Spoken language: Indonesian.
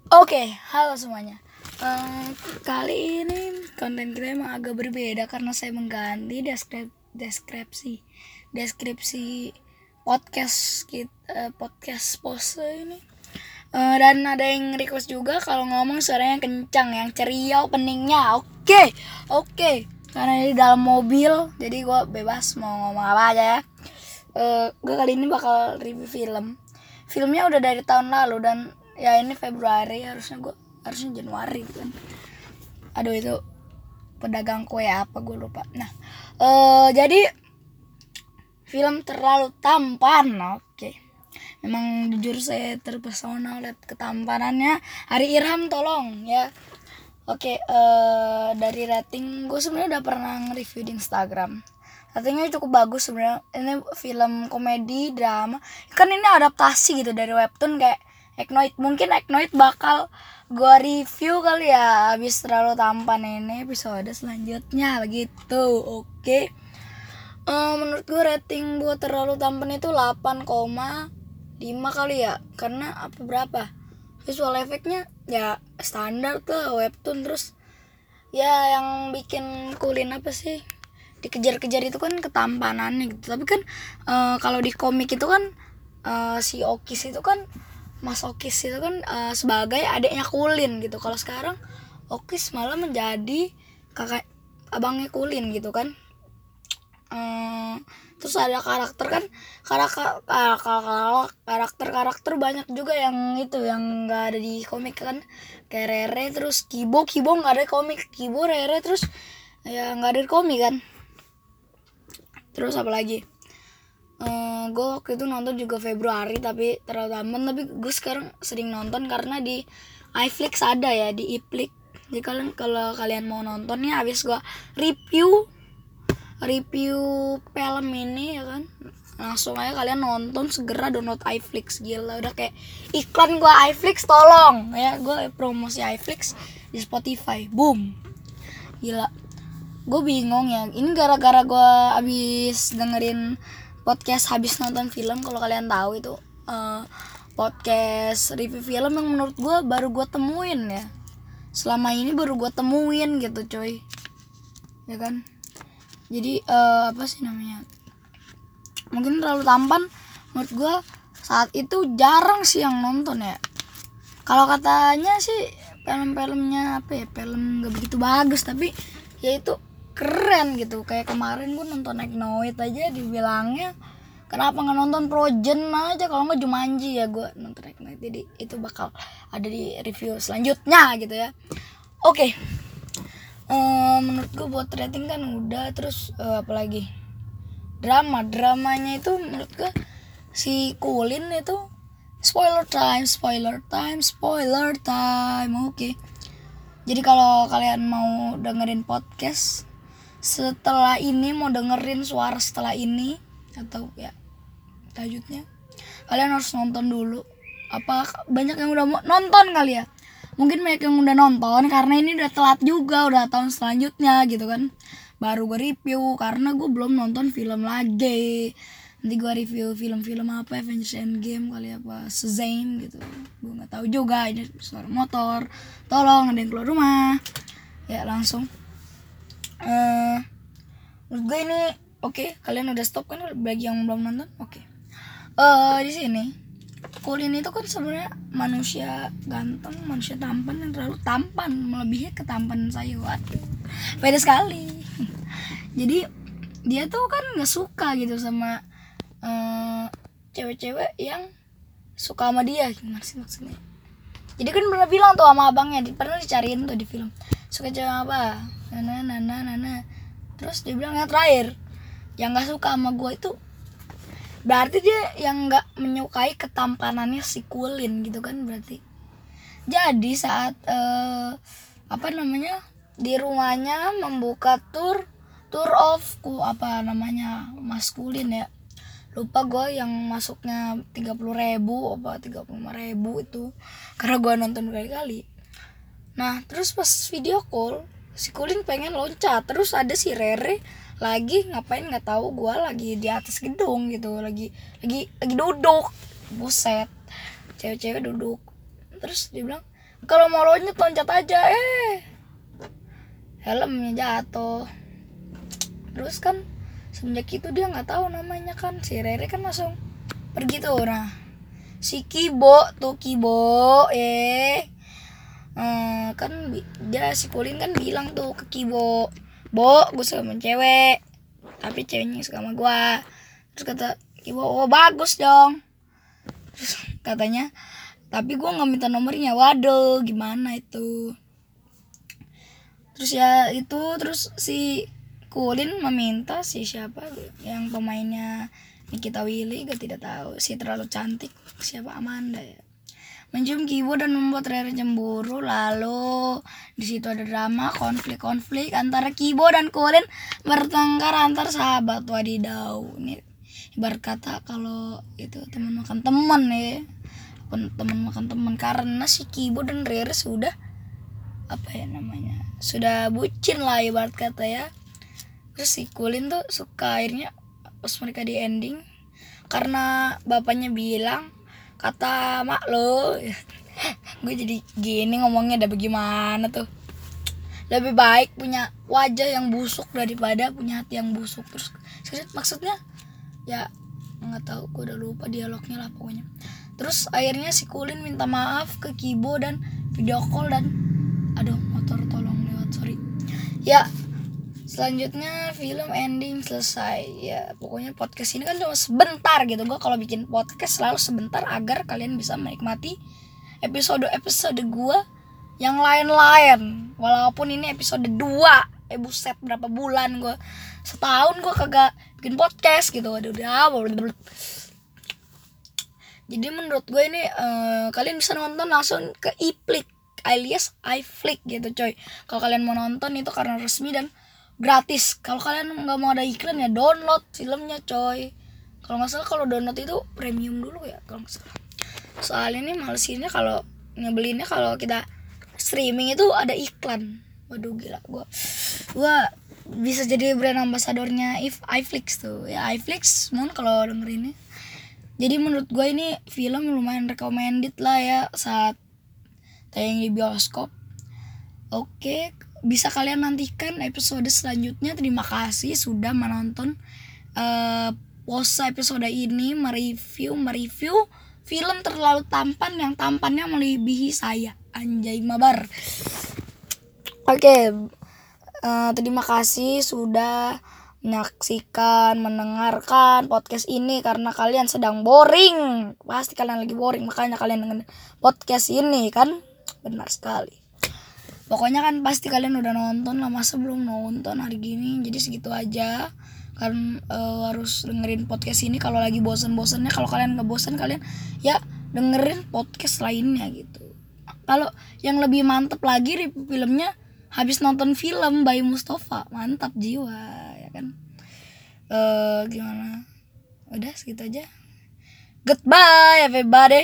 Oke, halo semuanya. Kali ini konten kita emang agak berbeda karena saya mengganti deskripsi podcast kita, podcast pose ini. Dan ada yang request juga kalau ngomong suaranya kencang, yang ceria openingnya. Oke. Karena di dalam mobil, jadi gue bebas mau ngomong apa aja ya. Gue kali ini bakal review film. Filmnya udah dari tahun lalu dan ya ini Februari, harusnya Januari gitu kan. Aduh, itu pedagang kue apa gue lupa. Nah, jadi film Terlalu Tampan. Oke. Memang jujur saya terpesona oleh ketampanannya Ari Irham, tolong ya. Oke, dari rating gue sebenarnya udah pernah nge-review di Instagram. Ratingnya cukup bagus sebenarnya. Ini film komedi drama. Kan ini adaptasi gitu dari webtoon kayak Eknoid. Mungkin Eknoid bakal gue review kali ya habis Terlalu Tampan ini episode selanjutnya begitu. Oke. Menurut gue rating buat Terlalu Tampan itu 8,5 kali ya. Karena berapa? Visual efeknya ya standar tuh webtoon, terus ya yang bikin kulin apa sih, dikejar-kejar itu kan ketampanannya gitu. Tapi kan kalau di komik itu kan si Okis itu kan, Mas Okis itu kan sebagai adiknya Kulin gitu. Kalau sekarang Okis malah menjadi kakak abangnya Kulin gitu kan. Terus ada karakter banyak juga yang itu yang nggak ada di komik kan, kayak Rere, terus Kibo nggak ada di komik, Kibo, Rere, terus ya nggak ada di komik kan. Terus apa lagi, gue waktu itu nonton juga Februari tapi Terlalu Tampan, tapi gue sekarang sering nonton karena di iFlix ada ya, di iPlix. Jadi kalau kalian mau nontonnya habis gue review film ini ya kan, langsung aja kalian nonton, segera download iFlix. Gila, udah kayak iklan gue iFlix, tolong ya, gue promosi iFlix di Spotify, boom. Gila, gue bingung ya, ini gara-gara gue abis dengerin podcast habis nonton film. Kalau kalian tahu itu podcast review film yang menurut gue baru gue temuin ya, selama ini baru gue temuin gitu coy, ya kan. Jadi apa sih namanya, mungkin Terlalu Tampan menurut gue saat itu jarang sih yang nonton ya. Kalau katanya sih film-filmnya film gak begitu bagus, tapi ya itu keren gitu. Kayak kemarin gue nonton Eknoid aja dibilangnya kenapa nggak nonton Frozen aja, kalau nggak Jumanji. Ya gue nonton Eknoid, jadi itu bakal ada di review selanjutnya gitu ya. Oke. Menurut gue buat rating kan udah, terus apalagi dramanya itu menurut gue si Kulin itu spoiler time. Oke. Jadi kalau kalian mau dengerin podcast setelah ini, mau dengerin suara setelah ini atau ya lanjutnya, kalian harus nonton dulu. Apa banyak yang udah mau nonton kali ya? Mungkin banyak yang udah nonton karena ini udah telat juga, udah tahun selanjutnya gitu kan. Baru gue review karena gue belum nonton film lagi. Nanti gue review film-film apa, Avengers Endgame kali apa, Shazam gitu. Gue nggak tahu juga, ini suara motor. Tolong ada yang keluar rumah. Ya langsung. Menurut gue ini oke. Kalian udah stop kan bagi yang belum nonton? Oke. Di sini Kulin itu kan sebenarnya manusia ganteng, manusia tampan yang terlalu tampan, melebihi ketampanan saya. Waduh, beda sekali. Jadi dia tuh kan nggak suka gitu sama cewek-cewek yang suka sama dia. Gimana sih maksudnya? Jadi kan pernah bilang tuh sama abangnya, pernah dicariin tuh di film, suka cewek apa? Nana. Terus dia bilang yang terakhir, yang nggak suka sama gue itu berarti dia yang nggak menyukai ketampanannya si Kulin gitu kan berarti. Jadi saat di rumahnya membuka tour of maskulin ya, lupa gue, yang masuknya 30.000 apa 35.000 itu karena gue nonton berkali-kali. Nah terus pas video call si Kulin pengen loncat, terus ada si Rere lagi ngapain nggak tahu, gue lagi di atas gedung gitu, lagi duduk, buset, cewek-cewek duduk. Terus dia bilang Kalau mau loncat aja, helmnya jatuh. Terus kan semenjak itu dia nggak tahu namanya kan, si Rere kan langsung pergi tuh. Nah si Kibo kan dia si Kulin kan bilang tuh ke Kibo, Bo gue sama cewek tapi ceweknya suka sama gue. Terus kata Kibo, oh bagus dong. Terus katanya tapi gue nggak minta nomornya. Waduh gimana itu. Terus ya itu, terus si Kulin meminta si siapa yang pemainnya Nikita Willy, gue tidak tahu, si terlalu cantik, siapa, Amanda ya, mencium Kibo dan membuat Rere cemburu. Lalu di situ ada drama konflik antara Kibo dan Kulin, bertengkar antar sahabat. Wadidaw, ini ibarat kata kalau itu teman makan teman ya, teman makan teman, karena si Kibo dan Rere sudah apa ya namanya, sudah bucin lah ibarat kata ya. Terus si Kulin tuh suka akhirnya pas mereka di ending, karena bapaknya bilang, kata mak lo gue jadi gini ngomongnya, ada bagaimana tuh, lebih baik punya wajah yang busuk daripada punya hati yang busuk. Terus maksudnya ya nggak tahu, gue udah lupa dialognya lah pokoknya. Terus akhirnya si Kulin minta maaf ke Kibo dan video call, dan aduh motor tolong lewat, sorry ya. Selanjutnya film ending selesai ya. Pokoknya podcast ini kan cuma sebentar gitu. Gue kalau bikin podcast selalu sebentar agar kalian bisa menikmati episode gue yang lain-lain. Walaupun ini episode 2, buset berapa bulan gue, setahun gue kagak bikin podcast gitu. Jadi menurut gue ini kalian bisa nonton langsung ke iFlix alias iFlix gitu coy. Kalau kalian mau nonton itu karena resmi dan gratis. Kalau kalian nggak mau ada iklan ya download filmnya coy. Kalau nggak salah kalau download itu premium dulu ya kalau nggak salah. Soalnya ini malesinnya kalau ngebelinnya kalau kita streaming itu ada iklan. Waduh gila, gue bisa jadi brand ambasadornya iFlix tuh ya. iFlix mohon kalau dengerinnya. Jadi menurut gue ini film lumayan recommended lah ya saat tayang di bioskop. Oke, bisa kalian nantikan episode selanjutnya. Terima kasih sudah menonton Posa episode ini, mereview film terlalu tampan yang tampannya melebihi saya. Anjay mabar. Oke, terima kasih sudah menyaksikan, mendengarkan podcast ini. Karena kalian sedang boring, pasti kalian lagi boring, makanya kalian dengerin podcast ini kan. Benar sekali. Pokoknya kan pasti kalian udah nonton lah, masa belum nonton hari gini. Jadi segitu aja kan, harus dengerin podcast ini kalau lagi bosan-bosannya. Kalau kalian nggak bosan, kalian ya dengerin podcast lainnya gitu. Kalau yang lebih mantep lagi review filmnya habis nonton film Bayu Mustafa, mantap jiwa ya kan. Gimana, udah segitu aja, goodbye everybody.